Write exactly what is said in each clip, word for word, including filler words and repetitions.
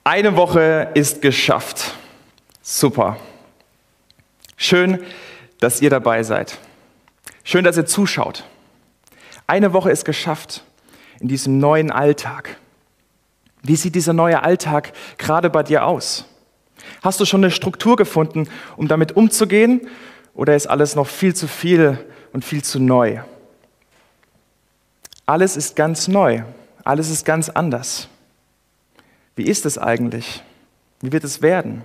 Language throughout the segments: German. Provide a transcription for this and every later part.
Eine Woche ist geschafft. Super. Schön, dass ihr dabei seid. Schön, dass ihr zuschaut. Eine Woche ist geschafft in diesem neuen Alltag. Wie sieht dieser neue Alltag gerade bei dir aus? Hast du schon eine Struktur gefunden, um damit umzugehen? Oder ist alles noch viel zu viel und viel zu neu? Alles ist ganz neu. Alles ist ganz anders. Wie ist es eigentlich? Wie wird es werden?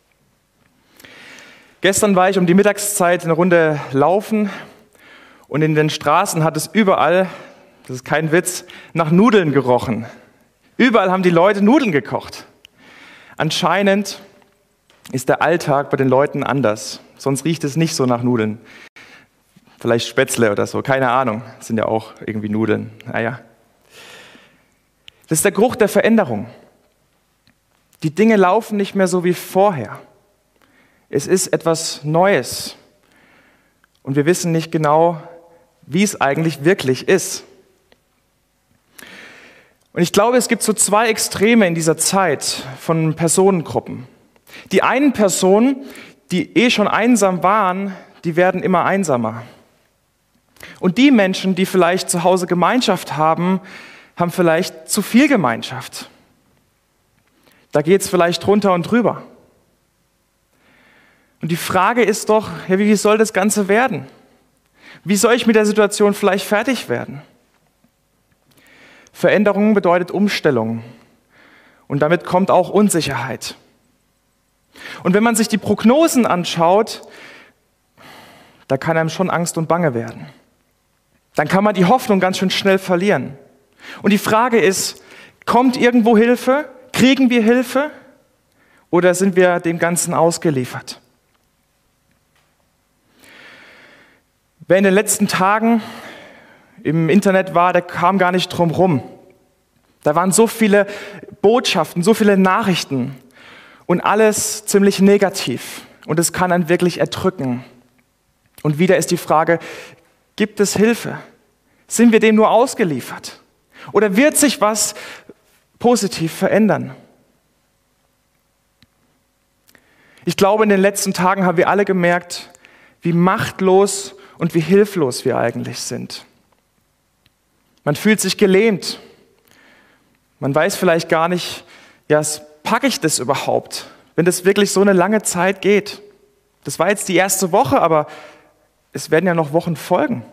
Gestern war ich um die Mittagszeit eine Runde laufen und in den Straßen hat es überall, das ist kein Witz, nach Nudeln gerochen. Überall haben die Leute Nudeln gekocht. Anscheinend ist der Alltag bei den Leuten anders. Sonst riecht es nicht so nach Nudeln. Vielleicht Spätzle oder so, keine Ahnung. Das sind ja auch irgendwie Nudeln. Naja. Das ist der Geruch der Veränderung. Die Dinge laufen nicht mehr so wie vorher. Es ist etwas Neues. Und wir wissen nicht genau, wie es eigentlich wirklich ist. Und ich glaube, es gibt so zwei Extreme in dieser Zeit von Personengruppen. Die einen Personen, die eh schon einsam waren, die werden immer einsamer. Und die Menschen, die vielleicht zu Hause Gemeinschaft haben, haben vielleicht zu viel Gemeinschaft. Da geht es vielleicht drunter und drüber. Und die Frage ist doch, ja, wie soll das Ganze werden? Wie soll ich mit der Situation vielleicht fertig werden? Veränderung bedeutet Umstellung. Und damit kommt auch Unsicherheit. Und wenn man sich die Prognosen anschaut, da kann einem schon Angst und Bange werden. Dann kann man die Hoffnung ganz schön schnell verlieren. Und die Frage ist, kommt irgendwo Hilfe? Kriegen wir Hilfe? Oder sind wir dem Ganzen ausgeliefert? Wer in den letzten Tagen im Internet war, der kam gar nicht drum rum. Da waren so viele Botschaften, so viele Nachrichten und alles ziemlich negativ. Und es kann einen wirklich erdrücken. Und wieder ist die Frage, gibt es Hilfe? Sind wir dem nur ausgeliefert? Oder wird sich was positiv verändern? Ich glaube, in den letzten Tagen haben wir alle gemerkt, wie machtlos und wie hilflos wir eigentlich sind. Man fühlt sich gelähmt. Man weiß vielleicht gar nicht, ja, packe ich das überhaupt, wenn das wirklich so eine lange Zeit geht? Das war jetzt die erste Woche, aber es werden ja noch Wochen folgen.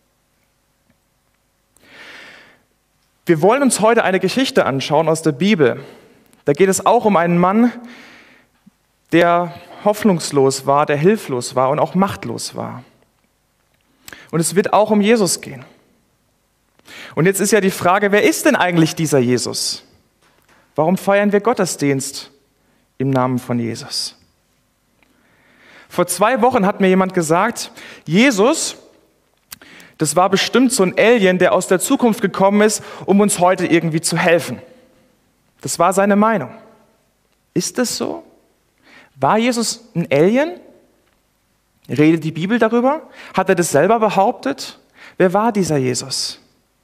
Wir wollen uns heute eine Geschichte anschauen aus der Bibel. Da geht es auch um einen Mann, der hoffnungslos war, der hilflos war und auch machtlos war. Und es wird auch um Jesus gehen. Und jetzt ist ja die Frage, wer ist denn eigentlich dieser Jesus? Warum feiern wir Gottesdienst im Namen von Jesus? Vor zwei Wochen hat mir jemand gesagt, Jesus, das war bestimmt so ein Alien, der aus der Zukunft gekommen ist, um uns heute irgendwie zu helfen. Das war seine Meinung. Ist das so? War Jesus ein Alien? Redet die Bibel darüber? Hat er das selber behauptet? Wer war dieser Jesus?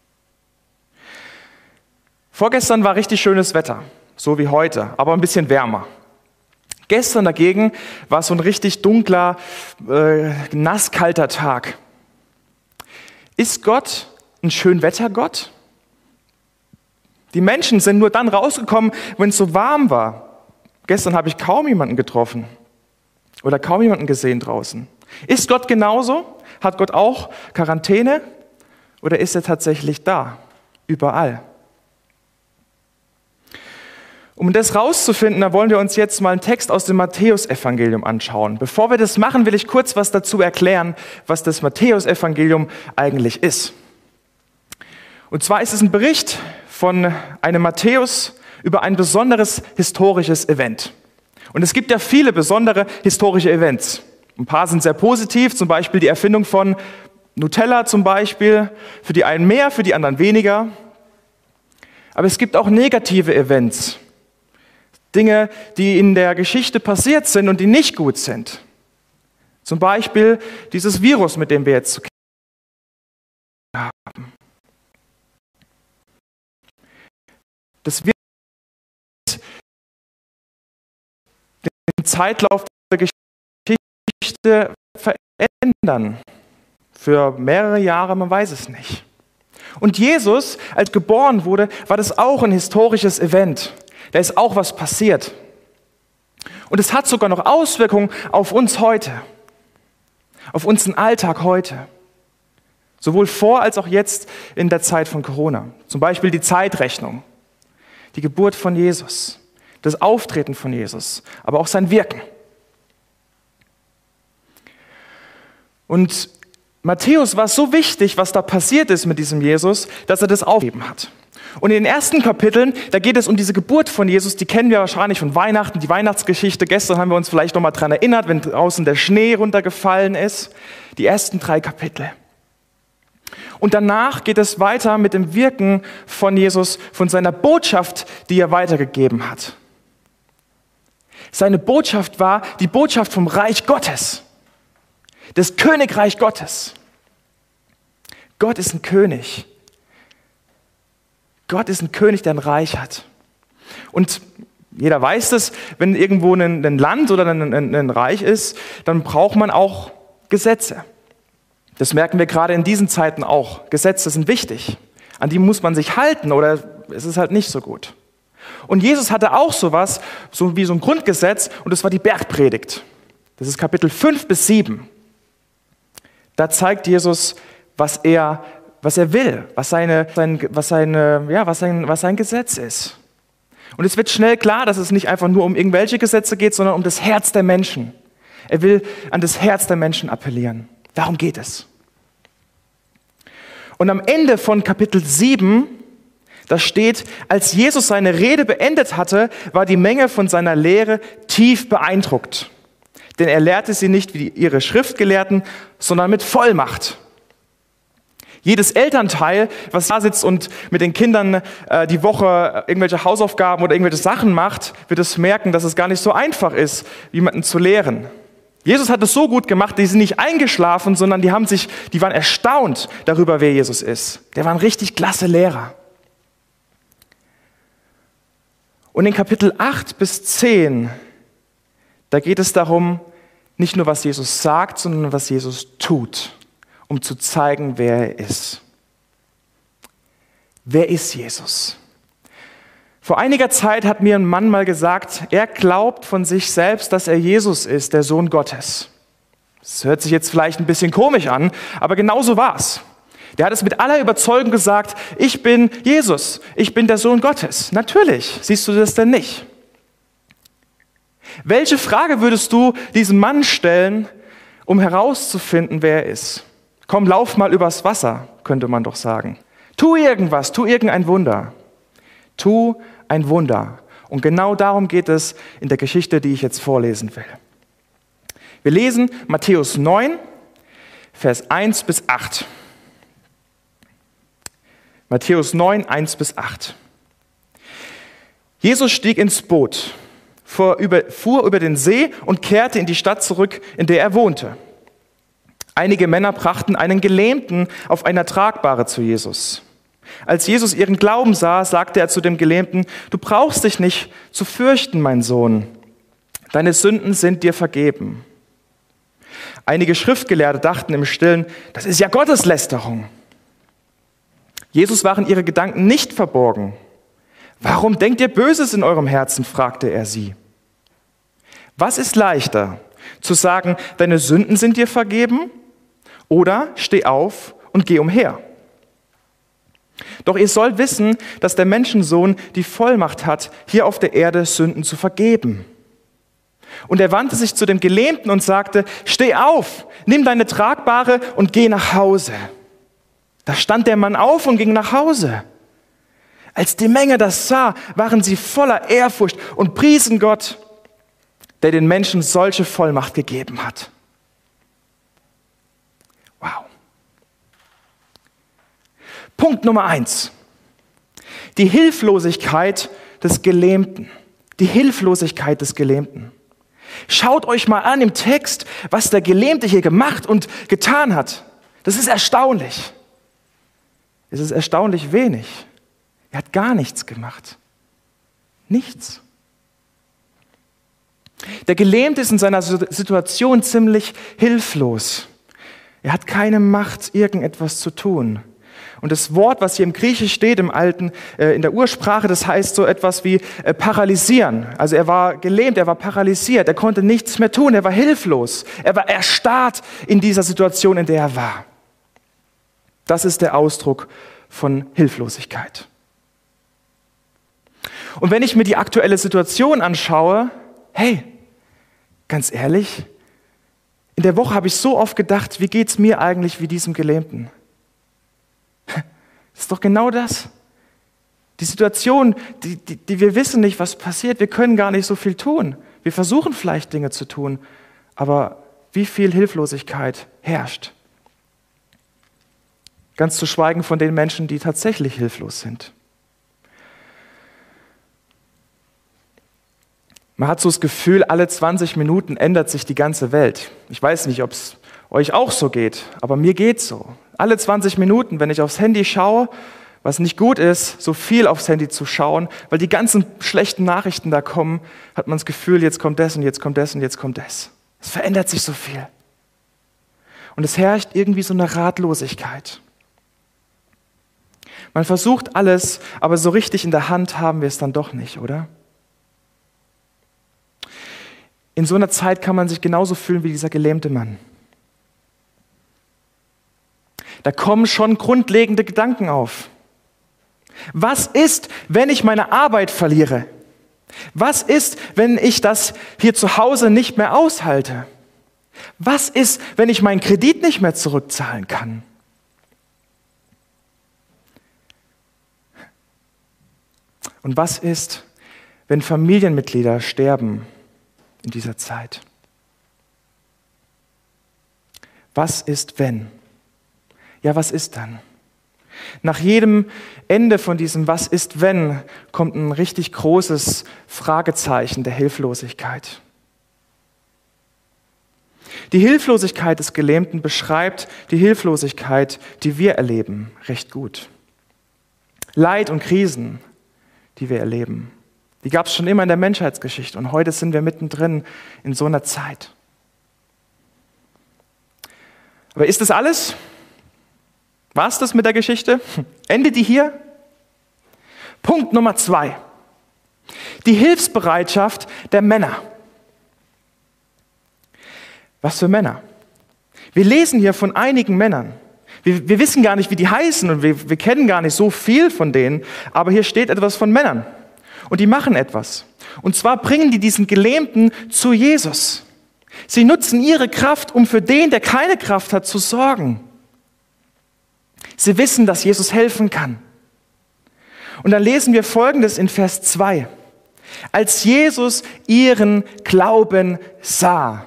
Vorgestern war richtig schönes Wetter, so wie heute, aber ein bisschen wärmer. Gestern dagegen war es so ein richtig dunkler, äh, nasskalter Tag. Ist Gott ein Schönwettergott? Die Menschen sind nur dann rausgekommen, wenn es so warm war. Gestern habe ich kaum jemanden getroffen oder kaum jemanden gesehen draußen. Ist Gott genauso? Hat Gott auch Quarantäne? Oder ist er tatsächlich da? Überall. Um das rauszufinden, da wollen wir uns jetzt mal einen Text aus dem Matthäusevangelium anschauen. Bevor wir das machen, will ich kurz was dazu erklären, was das Matthäusevangelium eigentlich ist. Und zwar ist es ein Bericht von einem Matthäus über ein besonderes historisches Event. Und es gibt ja viele besondere historische Events. Ein paar sind sehr positiv, zum Beispiel die Erfindung von Nutella zum Beispiel, für die einen mehr, für die anderen weniger. Aber es gibt auch negative Events. Dinge, die in der Geschichte passiert sind und die nicht gut sind. Zum Beispiel dieses Virus, mit dem wir jetzt zu kämpfen haben. Das im Zeitlauf der Geschichte verändern. Für mehrere Jahre, man weiß es nicht. Und Jesus, als geboren wurde, war das auch ein historisches Event. Da ist auch was passiert. Und es hat sogar noch Auswirkungen auf uns heute, auf unseren Alltag heute. Sowohl vor als auch jetzt in der Zeit von Corona. Zum Beispiel die Zeitrechnung, die Geburt von Jesus, das Auftreten von Jesus, aber auch sein Wirken. Und Matthäus war so wichtig, was da passiert ist mit diesem Jesus, dass er das aufgegeben hat. Und in den ersten Kapiteln, da geht es um diese Geburt von Jesus, die kennen wir wahrscheinlich von Weihnachten, die Weihnachtsgeschichte. Gestern haben wir uns vielleicht noch mal daran erinnert, wenn draußen der Schnee runtergefallen ist. Die ersten drei Kapitel. Und danach geht es weiter mit dem Wirken von Jesus, von seiner Botschaft, die er weitergegeben hat. Seine Botschaft war die Botschaft vom Reich Gottes, das Königreich Gottes. Gott ist ein König. Gott ist ein König, der ein Reich hat. Und jeder weiß das, wenn irgendwo ein, ein Land oder ein, ein, ein Reich ist, dann braucht man auch Gesetze. Das merken wir gerade in diesen Zeiten auch. Gesetze sind wichtig. An die muss man sich halten oder es ist halt nicht so gut. Und Jesus hatte auch sowas, so wie so ein Grundgesetz, und das war die Bergpredigt. Das ist Kapitel fünf bis sieben. Da zeigt Jesus, was er, was er will, was, seine, sein, was, seine, ja, was, sein, was sein Gesetz ist. Und es wird schnell klar, dass es nicht einfach nur um irgendwelche Gesetze geht, sondern um das Herz der Menschen. Er will an das Herz der Menschen appellieren. Darum geht es. Und am Ende von Kapitel sieben, da steht, als Jesus seine Rede beendet hatte, war die Menge von seiner Lehre tief beeindruckt. Denn er lehrte sie nicht wie ihre Schriftgelehrten, sondern mit Vollmacht. Jedes Elternteil, was da sitzt und mit den Kindern äh, die Woche irgendwelche Hausaufgaben oder irgendwelche Sachen macht, wird es merken, dass es gar nicht so einfach ist, jemanden zu lehren. Jesus hat es so gut gemacht, die sind nicht eingeschlafen, sondern die haben sich, die waren erstaunt darüber, wer Jesus ist. Der war ein richtig klasse Lehrer. Und in Kapitel acht bis zehn, da geht es darum, nicht nur, was Jesus sagt, sondern was Jesus tut, um zu zeigen, wer er ist. Wer ist Jesus? Vor einiger Zeit hat mir ein Mann mal gesagt, er glaubt von sich selbst, dass er Jesus ist, der Sohn Gottes. Das hört sich jetzt vielleicht ein bisschen komisch an, aber genau so war's. Der hat es mit aller Überzeugung gesagt, ich bin Jesus, ich bin der Sohn Gottes. Natürlich, siehst du das denn nicht? Welche Frage würdest du diesem Mann stellen, um herauszufinden, wer er ist? Komm, lauf mal übers Wasser, könnte man doch sagen. Tu irgendwas, tu irgendein Wunder. Tu ein Wunder. Und genau darum geht es in der Geschichte, die ich jetzt vorlesen will. Wir lesen Matthäus neun, Vers eins bis acht. Matthäus neun, eins bis acht. Jesus stieg ins Boot, fuhr über, fuhr über den See und kehrte in die Stadt zurück, in der er wohnte. Einige Männer brachten einen Gelähmten auf einer Tragbahre zu Jesus. Als Jesus ihren Glauben sah, sagte er zu dem Gelähmten, du brauchst dich nicht zu fürchten, mein Sohn. Deine Sünden sind dir vergeben. Einige Schriftgelehrte dachten im Stillen, das ist ja Gotteslästerung. Jesus waren ihre Gedanken nicht verborgen. Warum denkt ihr Böses in eurem Herzen, fragte er sie. Was ist leichter, zu sagen, deine Sünden sind dir vergeben, oder steh auf und geh umher? Doch ihr sollt wissen, dass der Menschensohn die Vollmacht hat, hier auf der Erde Sünden zu vergeben. Und er wandte sich zu dem Gelähmten und sagte, steh auf, nimm deine Tragbahre und geh nach Hause. Da stand der Mann auf und ging nach Hause. Als die Menge das sah, waren sie voller Ehrfurcht und priesen Gott, der den Menschen solche Vollmacht gegeben hat. Wow. Punkt Nummer eins. Die Hilflosigkeit des Gelähmten. Die Hilflosigkeit des Gelähmten. Schaut euch mal an im Text, was der Gelähmte hier gemacht und getan hat. Das ist erstaunlich. Es ist erstaunlich wenig. Er hat gar nichts gemacht. Nichts. Der Gelähmte ist in seiner Situation ziemlich hilflos. Er hat keine Macht, irgendetwas zu tun. Und das Wort, was hier im Griechisch steht, im Alten, äh, in der Ursprache, das heißt so etwas wie äh, paralysieren. Also er war gelähmt, er war paralysiert, er konnte nichts mehr tun, er war hilflos. Er war erstarrt in dieser Situation, in der er war. Das ist der Ausdruck von Hilflosigkeit. Und wenn ich mir die aktuelle Situation anschaue, hey, ganz ehrlich, in der Woche habe ich so oft gedacht, wie geht es mir eigentlich wie diesem Gelähmten? Das ist doch genau das. Die Situation, die, die, die wir wissen nicht, was passiert, wir können gar nicht so viel tun. Wir versuchen vielleicht Dinge zu tun, aber wie viel Hilflosigkeit herrscht. Ganz zu schweigen von den Menschen, die tatsächlich hilflos sind. Man hat so das Gefühl, alle zwanzig Minuten ändert sich die ganze Welt. Ich weiß nicht, ob es euch auch so geht, aber mir geht's so. Alle zwanzig Minuten, wenn ich aufs Handy schaue, was nicht gut ist, so viel aufs Handy zu schauen, weil die ganzen schlechten Nachrichten da kommen, hat man das Gefühl, jetzt kommt das und jetzt kommt das und jetzt kommt das. Es verändert sich so viel. Und es herrscht irgendwie so eine Ratlosigkeit. Man versucht alles, aber so richtig in der Hand haben wir es dann doch nicht, oder? In so einer Zeit kann man sich genauso fühlen wie dieser gelähmte Mann. Da kommen schon grundlegende Gedanken auf. Was ist, wenn ich meine Arbeit verliere? Was ist, wenn ich das hier zu Hause nicht mehr aushalte? Was ist, wenn ich meinen Kredit nicht mehr zurückzahlen kann? Und was ist, wenn Familienmitglieder sterben in dieser Zeit? Was ist, wenn? Ja, was ist dann? Nach jedem Ende von diesem Was ist, wenn kommt ein richtig großes Fragezeichen der Hilflosigkeit. Die Hilflosigkeit des Gelähmten beschreibt die Hilflosigkeit, die wir erleben, recht gut. Leid und Krisen, die wir erleben, die gab es schon immer in der Menschheitsgeschichte und heute sind wir mittendrin in so einer Zeit. Aber ist das alles? War es das mit der Geschichte? Endet die hier? Punkt Nummer zwei. Die Hilfsbereitschaft der Männer. Was für Männer? Wir lesen hier von einigen Männern. Wir, wir wissen gar nicht, wie die heißen und wir, wir kennen gar nicht so viel von denen, aber hier steht etwas von Männern. Und die machen etwas. Und zwar bringen die diesen Gelähmten zu Jesus. Sie nutzen ihre Kraft, um für den, der keine Kraft hat, zu sorgen. Sie wissen, dass Jesus helfen kann. Und dann lesen wir Folgendes in Vers zwei. Als Jesus ihren Glauben sah.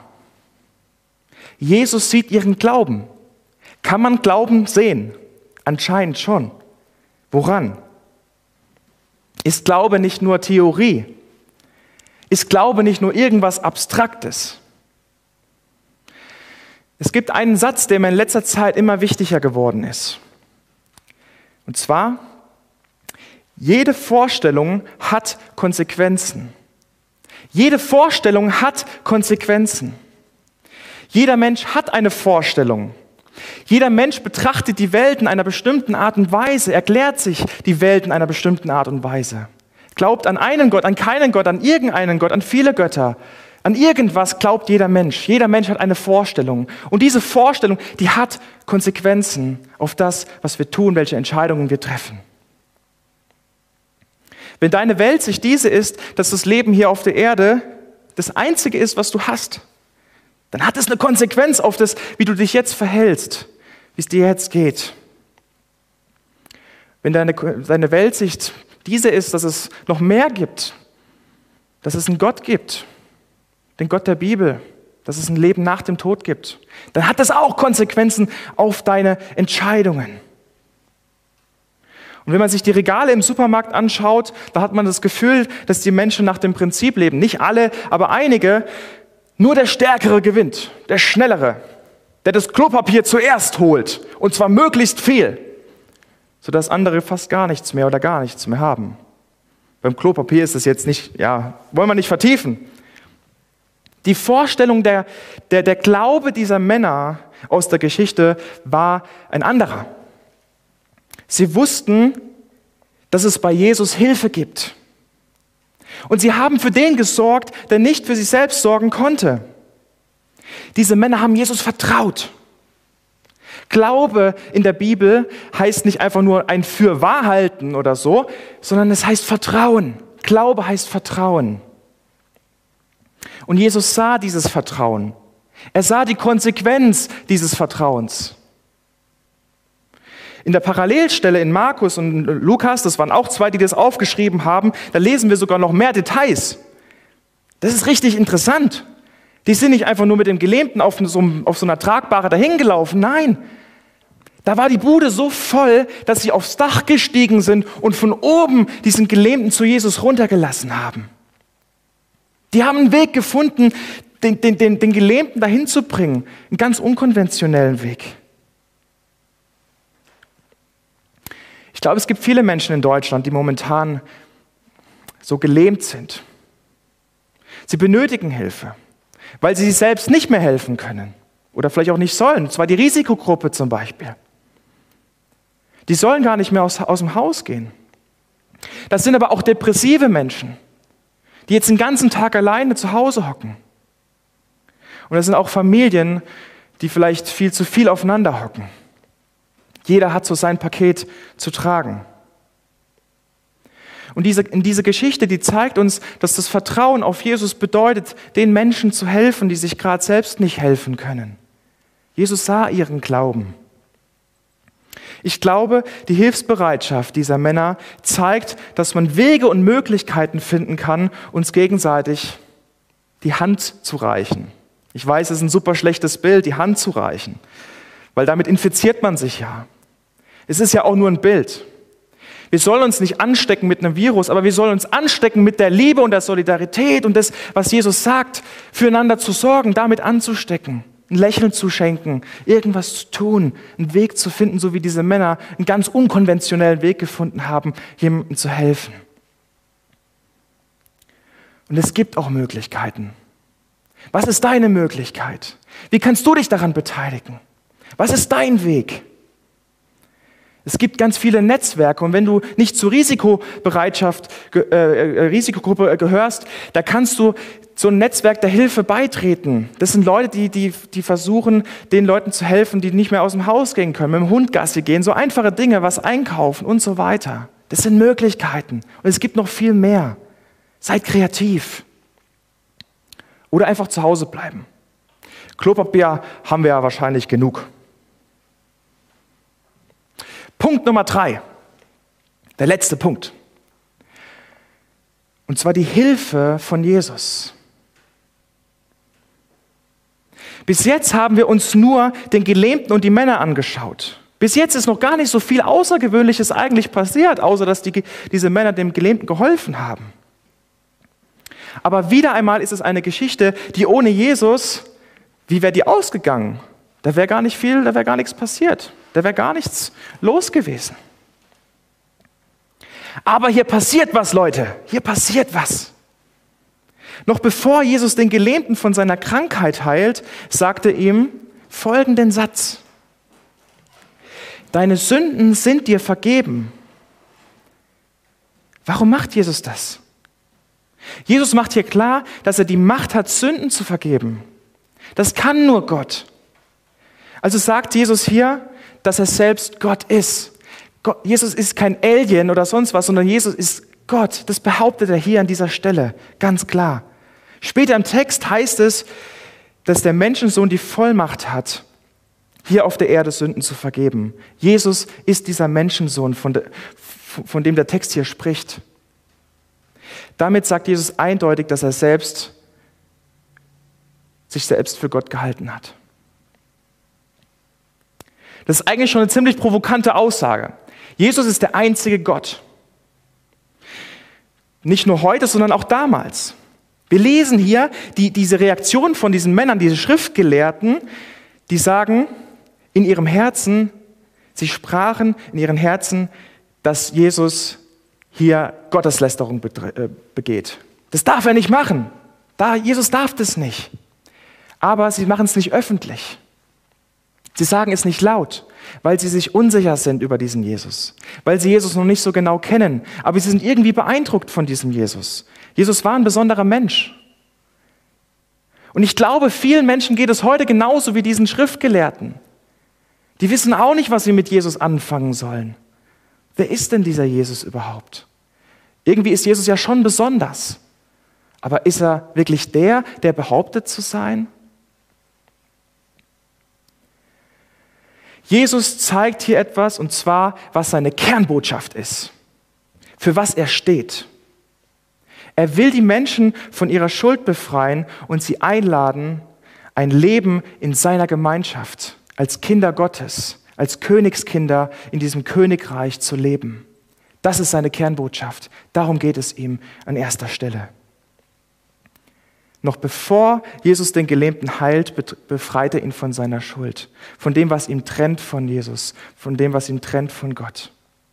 Jesus sieht ihren Glauben. Kann man Glauben sehen? Anscheinend schon. Woran? Ist Glaube nicht nur Theorie? Ist Glaube nicht nur irgendwas Abstraktes? Es gibt einen Satz, der mir in letzter Zeit immer wichtiger geworden ist. Und zwar, jede Vorstellung hat Konsequenzen. Jede Vorstellung hat Konsequenzen. Jeder Mensch hat eine Vorstellung. Jeder Mensch betrachtet die Welt in einer bestimmten Art und Weise, erklärt sich die Welt in einer bestimmten Art und Weise. Glaubt an einen Gott, an keinen Gott, an irgendeinen Gott, an viele Götter. An irgendwas glaubt jeder Mensch. Jeder Mensch hat eine Vorstellung. Und diese Vorstellung, die hat Konsequenzen auf das, was wir tun, welche Entscheidungen wir treffen. Wenn deine Weltsicht diese ist, dass das Leben hier auf der Erde das Einzige ist, was du hast, dann hat es eine Konsequenz auf das, wie du dich jetzt verhältst, wie es dir jetzt geht. Wenn deine, deine Weltsicht diese ist, dass es noch mehr gibt, dass es einen Gott gibt, den Gott der Bibel, dass es ein Leben nach dem Tod gibt, dann hat das auch Konsequenzen auf deine Entscheidungen. Und wenn man sich die Regale im Supermarkt anschaut, da hat man das Gefühl, dass die Menschen nach dem Prinzip leben. Nicht alle, aber einige. Nur der Stärkere gewinnt, der Schnellere, der das Klopapier zuerst holt, und zwar möglichst viel, sodass andere fast gar nichts mehr oder gar nichts mehr haben. Beim Klopapier ist es jetzt nicht, ja, wollen wir nicht vertiefen. Die Vorstellung, der, der, der Glaube dieser Männer aus der Geschichte war ein anderer. Sie wussten, dass es bei Jesus Hilfe gibt. Und sie haben für den gesorgt, der nicht für sich selbst sorgen konnte. Diese Männer haben Jesus vertraut. Glaube in der Bibel heißt nicht einfach nur ein Fürwahrhalten oder so, sondern es heißt Vertrauen. Glaube heißt Vertrauen. Und Jesus sah dieses Vertrauen. Er sah die Konsequenz dieses Vertrauens. In der Parallelstelle in Markus und Lukas, das waren auch zwei, die das aufgeschrieben haben, da lesen wir sogar noch mehr Details. Das ist richtig interessant. Die sind nicht einfach nur mit dem Gelähmten auf so, auf so einer Tragbare dahin gelaufen. Nein, da war die Bude so voll, dass sie aufs Dach gestiegen sind und von oben diesen Gelähmten zu Jesus runtergelassen haben. Die haben einen Weg gefunden, den, den, den, den Gelähmten dahin zu bringen. Einen ganz unkonventionellen Weg. Ich glaube, es gibt viele Menschen in Deutschland, die momentan so gelähmt sind. Sie benötigen Hilfe, weil sie sich selbst nicht mehr helfen können oder vielleicht auch nicht sollen. Und zwar die Risikogruppe zum Beispiel. Die sollen gar nicht mehr aus, aus dem Haus gehen. Das sind aber auch depressive Menschen, die jetzt den ganzen Tag alleine zu Hause hocken. Und das sind auch Familien, die vielleicht viel zu viel aufeinander hocken. Jeder hat so sein Paket zu tragen. Und diese, in diese Geschichte, die zeigt uns, dass das Vertrauen auf Jesus bedeutet, den Menschen zu helfen, die sich gerade selbst nicht helfen können. Jesus sah ihren Glauben. Ich glaube, die Hilfsbereitschaft dieser Männer zeigt, dass man Wege und Möglichkeiten finden kann, uns gegenseitig die Hand zu reichen. Ich weiß, es ist ein super schlechtes Bild, die Hand zu reichen, weil damit infiziert man sich ja. Es ist ja auch nur ein Bild. Wir sollen uns nicht anstecken mit einem Virus, aber wir sollen uns anstecken mit der Liebe und der Solidarität und das, was Jesus sagt, füreinander zu sorgen, damit anzustecken, ein Lächeln zu schenken, irgendwas zu tun, einen Weg zu finden, so wie diese Männer einen ganz unkonventionellen Weg gefunden haben, jemandem zu helfen. Und es gibt auch Möglichkeiten. Was ist deine Möglichkeit? Wie kannst du dich daran beteiligen? Was ist dein Weg? Es gibt ganz viele Netzwerke und wenn du nicht zur Risikobereitschaft, äh, Risikogruppe gehörst, da kannst du so ein Netzwerk der Hilfe beitreten. Das sind Leute, die, die, die versuchen, den Leuten zu helfen, die nicht mehr aus dem Haus gehen können, mit dem Hund Gassi gehen, so einfache Dinge, was einkaufen und so weiter. Das sind Möglichkeiten und es gibt noch viel mehr. Seid kreativ. Oder einfach zu Hause bleiben. Klopapier haben wir ja wahrscheinlich genug. Punkt Nummer drei, der letzte Punkt. Und zwar die Hilfe von Jesus. Bis jetzt haben wir uns nur den Gelähmten und die Männer angeschaut. Bis jetzt ist noch gar nicht so viel Außergewöhnliches eigentlich passiert, außer dass die, diese Männer dem Gelähmten geholfen haben. Aber wieder einmal ist es eine Geschichte, die ohne Jesus, wie wäre die ausgegangen? Da wäre gar nicht viel, da wäre gar nichts passiert. Da wäre gar nichts los gewesen. Aber hier passiert was, Leute. Hier passiert was. Noch bevor Jesus den Gelähmten von seiner Krankheit heilt, sagte ihm folgenden Satz. Deine Sünden sind dir vergeben. Warum macht Jesus das? Jesus macht hier klar, dass er die Macht hat, Sünden zu vergeben. Das kann nur Gott. Also sagt Jesus hier, dass er selbst Gott ist. Gott, Jesus ist kein Alien oder sonst was, sondern Jesus ist Gott. Das behauptet er hier an dieser Stelle, ganz klar. Später im Text heißt es, dass der Menschensohn die Vollmacht hat, hier auf der Erde Sünden zu vergeben. Jesus ist dieser Menschensohn, von, de, von dem der Text hier spricht. Damit sagt Jesus eindeutig, dass er selbst sich selbst für Gott gehalten hat. Das ist eigentlich schon eine ziemlich provokante Aussage. Jesus ist der einzige Gott. Nicht nur heute, sondern auch damals. Wir lesen hier die, diese Reaktion von diesen Männern, diese Schriftgelehrten, die sagen in ihrem Herzen, sie sprachen in ihren Herzen, dass Jesus hier Gotteslästerung begeht. Das darf er nicht machen. Da, Jesus darf das nicht. Aber sie machen es nicht öffentlich. Sie sagen es nicht laut, weil sie sich unsicher sind über diesen Jesus, weil sie Jesus noch nicht so genau kennen, aber sie sind irgendwie beeindruckt von diesem Jesus. Jesus war ein besonderer Mensch. Und ich glaube, vielen Menschen geht es heute genauso wie diesen Schriftgelehrten. Die wissen auch nicht, was sie mit Jesus anfangen sollen. Wer ist denn dieser Jesus überhaupt? Irgendwie ist Jesus ja schon besonders. Aber ist er wirklich der, der behauptet zu sein? Jesus zeigt hier etwas, und zwar, was seine Kernbotschaft ist, für was er steht. Er will die Menschen von ihrer Schuld befreien und sie einladen, ein Leben in seiner Gemeinschaft, als Kinder Gottes, als Königskinder in diesem Königreich zu leben. Das ist seine Kernbotschaft. Darum geht es ihm an erster Stelle. Noch bevor Jesus den Gelähmten heilt, befreit er ihn von seiner Schuld, von dem, was ihn trennt von Jesus, von dem, was ihn trennt von Gott.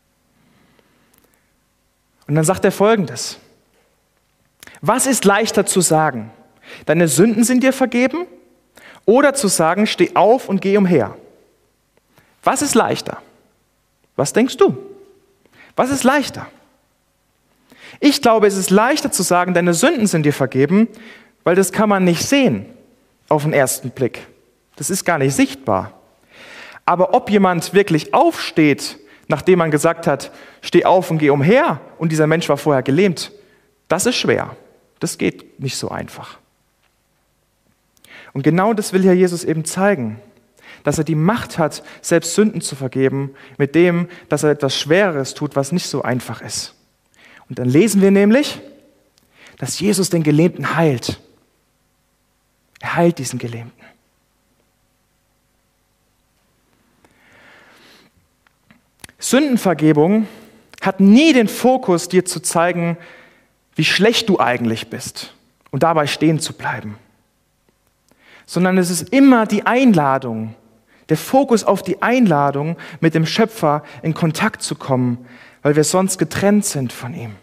Und dann sagt er Folgendes: Was ist leichter zu sagen? Deine Sünden sind dir vergeben? Oder zu sagen, steh auf und geh umher? Was ist leichter? Was denkst du? Was ist leichter? Ich glaube, es ist leichter zu sagen, deine Sünden sind dir vergeben, weil das kann man nicht sehen auf den ersten Blick. Das ist gar nicht sichtbar. Aber ob jemand wirklich aufsteht, nachdem man gesagt hat, steh auf und geh umher, und dieser Mensch war vorher gelähmt, das ist schwer. Das geht nicht so einfach. Und genau das will hier Jesus eben zeigen, dass er die Macht hat, selbst Sünden zu vergeben, mit dem, dass er etwas Schwereres tut, was nicht so einfach ist. Und dann lesen wir nämlich, dass Jesus den Gelähmten heilt. Er heilt diesen Gelähmten. Sündenvergebung hat nie den Fokus, dir zu zeigen, wie schlecht du eigentlich bist und dabei stehen zu bleiben. Sondern es ist immer die Einladung, der Fokus auf die Einladung, mit dem Schöpfer in Kontakt zu kommen, weil wir sonst getrennt sind von ihm.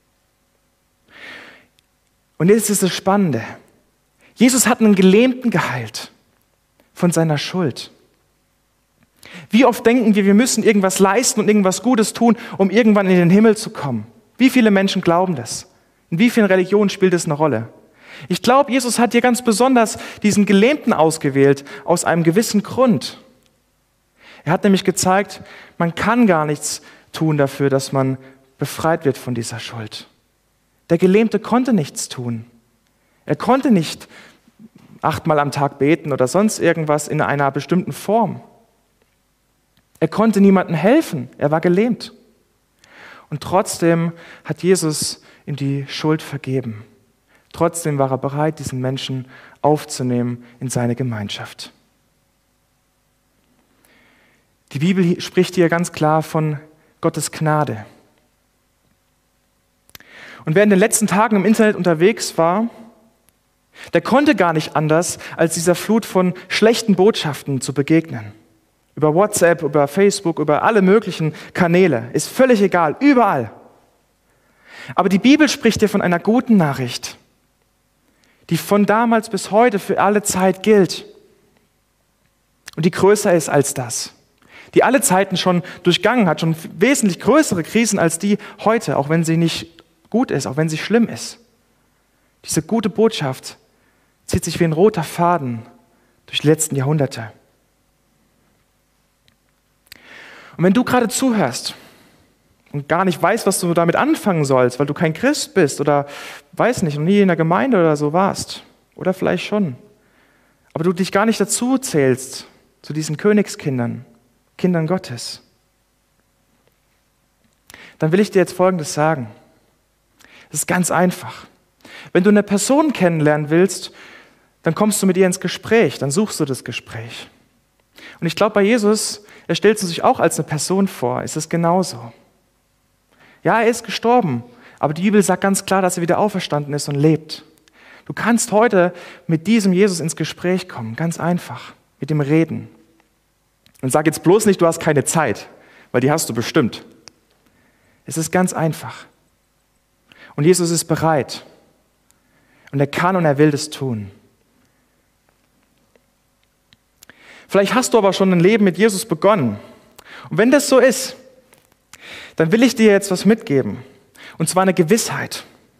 Und jetzt ist das Spannende. Jesus hat einen Gelähmten geheilt von seiner Schuld. Wie oft denken wir, wir müssen irgendwas leisten und irgendwas Gutes tun, um irgendwann in den Himmel zu kommen? Wie viele Menschen glauben das? In wie vielen Religionen spielt es eine Rolle? Ich glaube, Jesus hat hier ganz besonders diesen Gelähmten ausgewählt, aus einem gewissen Grund. Er hat nämlich gezeigt, man kann gar nichts tun dafür, dass man befreit wird von dieser Schuld. Der Gelähmte konnte nichts tun. Er konnte nicht achtmal am Tag beten oder sonst irgendwas in einer bestimmten Form. Er konnte niemandem helfen. Er war gelähmt. Und trotzdem hat Jesus ihm die Schuld vergeben. Trotzdem war er bereit, diesen Menschen aufzunehmen in seine Gemeinschaft. Die Bibel spricht hier ganz klar von Gottes Gnade. Und wer in den letzten Tagen im Internet unterwegs war, der konnte gar nicht anders, als dieser Flut von schlechten Botschaften zu begegnen. Über WhatsApp, über Facebook, über alle möglichen Kanäle. Ist völlig egal, überall. Aber die Bibel spricht hier von einer guten Nachricht, die von damals bis heute für alle Zeit gilt und die größer ist als das, die alle Zeiten schon durchgangen hat, schon wesentlich größere Krisen als die heute, auch wenn sie nicht gut ist, auch wenn sie schlimm ist. Diese gute Botschaft zieht sich wie ein roter Faden durch die letzten Jahrhunderte. Und wenn du gerade zuhörst und gar nicht weißt, was du damit anfangen sollst, weil du kein Christ bist oder, weiß nicht, noch nie in der Gemeinde oder so warst, oder vielleicht schon, aber du dich gar nicht dazu zählst, zu diesen Königskindern, Kindern Gottes, dann will ich dir jetzt Folgendes sagen. Es ist ganz einfach. Wenn du eine Person kennenlernen willst, dann kommst du mit ihr ins Gespräch, dann suchst du das Gespräch. Und ich glaube, bei Jesus, er stellt sich auch als eine Person vor, ist es genauso. Ja, er ist gestorben, aber die Bibel sagt ganz klar, dass er wieder auferstanden ist und lebt. Du kannst heute mit diesem Jesus ins Gespräch kommen, ganz einfach, mit ihm reden. Und sag jetzt bloß nicht, du hast keine Zeit, weil die hast du bestimmt. Es ist ganz einfach. Und Jesus ist bereit. Und er kann und er will das tun. Vielleicht hast du aber schon ein Leben mit Jesus begonnen. Und wenn das so ist, dann will ich dir jetzt was mitgeben. Und zwar eine Gewissheit.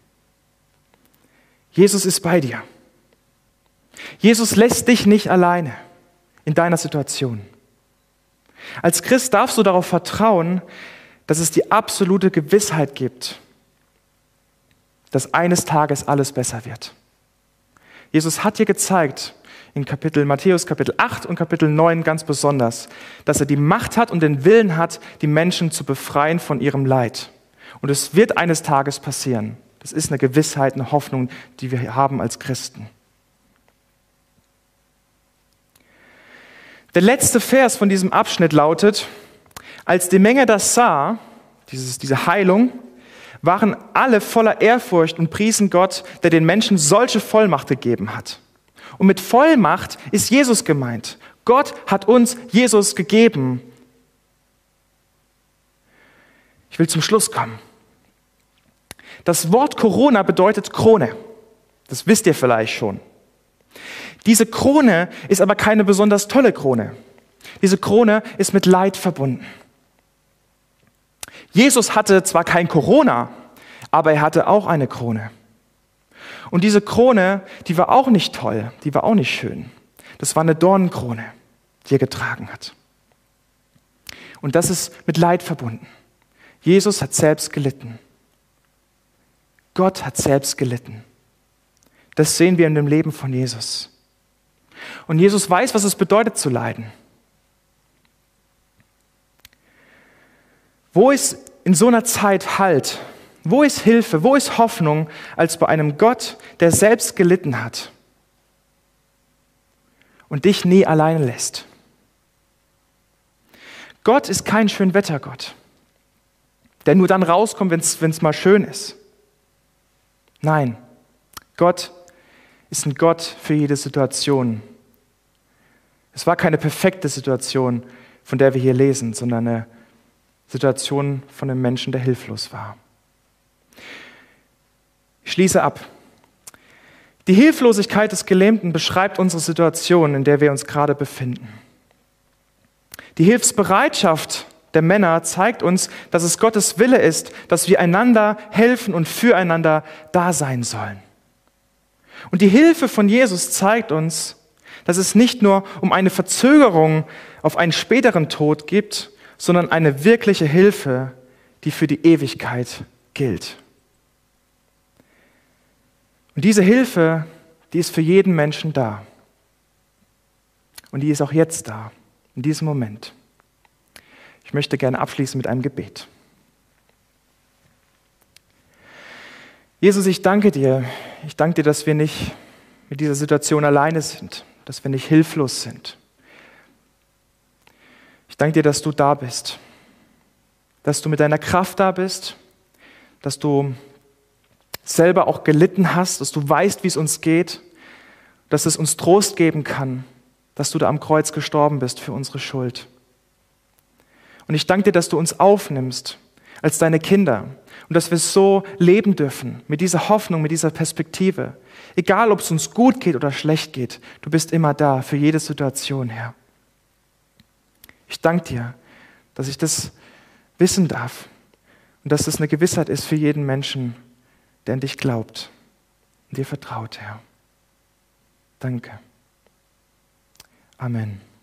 Jesus ist bei dir. Jesus lässt dich nicht alleine in deiner Situation. Als Christ darfst du darauf vertrauen, dass es die absolute Gewissheit gibt, dass eines Tages alles besser wird. Jesus hat dir gezeigt, in Kapitel Matthäus Kapitel acht und Kapitel neun ganz besonders, dass er die Macht hat und den Willen hat, die Menschen zu befreien von ihrem Leid. Und es wird eines Tages passieren. Das ist eine Gewissheit, eine Hoffnung, die wir haben als Christen. Der letzte Vers von diesem Abschnitt lautet: Als die Menge das sah, dieses, diese Heilung, waren alle voller Ehrfurcht und priesen Gott, der den Menschen solche Vollmacht gegeben hat. Und mit Vollmacht ist Jesus gemeint. Gott hat uns Jesus gegeben. Ich will zum Schluss kommen. Das Wort Corona bedeutet Krone. Das wisst ihr vielleicht schon. Diese Krone ist aber keine besonders tolle Krone. Diese Krone ist mit Leid verbunden. Jesus hatte zwar kein Corona, aber er hatte auch eine Krone. Und diese Krone, die war auch nicht toll, die war auch nicht schön. Das war eine Dornenkrone, die er getragen hat. Und das ist mit Leid verbunden. Jesus hat selbst gelitten. Gott hat selbst gelitten. Das sehen wir in dem Leben von Jesus. Und Jesus weiß, was es bedeutet zu leiden. Wo ist in so einer Zeit Halt? Wo ist Hilfe? Wo ist Hoffnung, als bei einem Gott, der selbst gelitten hat und dich nie alleine lässt? Gott ist kein Schönwettergott, der nur dann rauskommt, wenn es mal schön ist. Nein, Gott ist ein Gott für jede Situation. Es war keine perfekte Situation, von der wir hier lesen, sondern eine Situation von einem Menschen, der hilflos war. Ich schließe ab. Die Hilflosigkeit des Gelähmten beschreibt unsere Situation, in der wir uns gerade befinden. Die Hilfsbereitschaft der Männer zeigt uns, dass es Gottes Wille ist, dass wir einander helfen und füreinander da sein sollen. Und die Hilfe von Jesus zeigt uns, dass es nicht nur um eine Verzögerung auf einen späteren Tod gibt, sondern eine wirkliche Hilfe, die für die Ewigkeit gilt. Und diese Hilfe, die ist für jeden Menschen da. Und die ist auch jetzt da, in diesem Moment. Ich möchte gerne abschließen mit einem Gebet. Jesus, ich danke dir. Ich danke dir, dass wir nicht mit dieser Situation alleine sind, dass wir nicht hilflos sind. Ich danke dir, dass du da bist, dass du mit deiner Kraft da bist, dass du selber auch gelitten hast, dass du weißt, wie es uns geht, dass es uns Trost geben kann, dass du da am Kreuz gestorben bist für unsere Schuld. Und ich danke dir, dass du uns aufnimmst als deine Kinder und dass wir so leben dürfen, mit dieser Hoffnung, mit dieser Perspektive. Egal, ob es uns gut geht oder schlecht geht, du bist immer da für jede Situation, Herr. Ich danke dir, dass ich das wissen darf und dass das eine Gewissheit ist für jeden Menschen, der an dich glaubt und dir vertraut, Herr. Danke. Amen.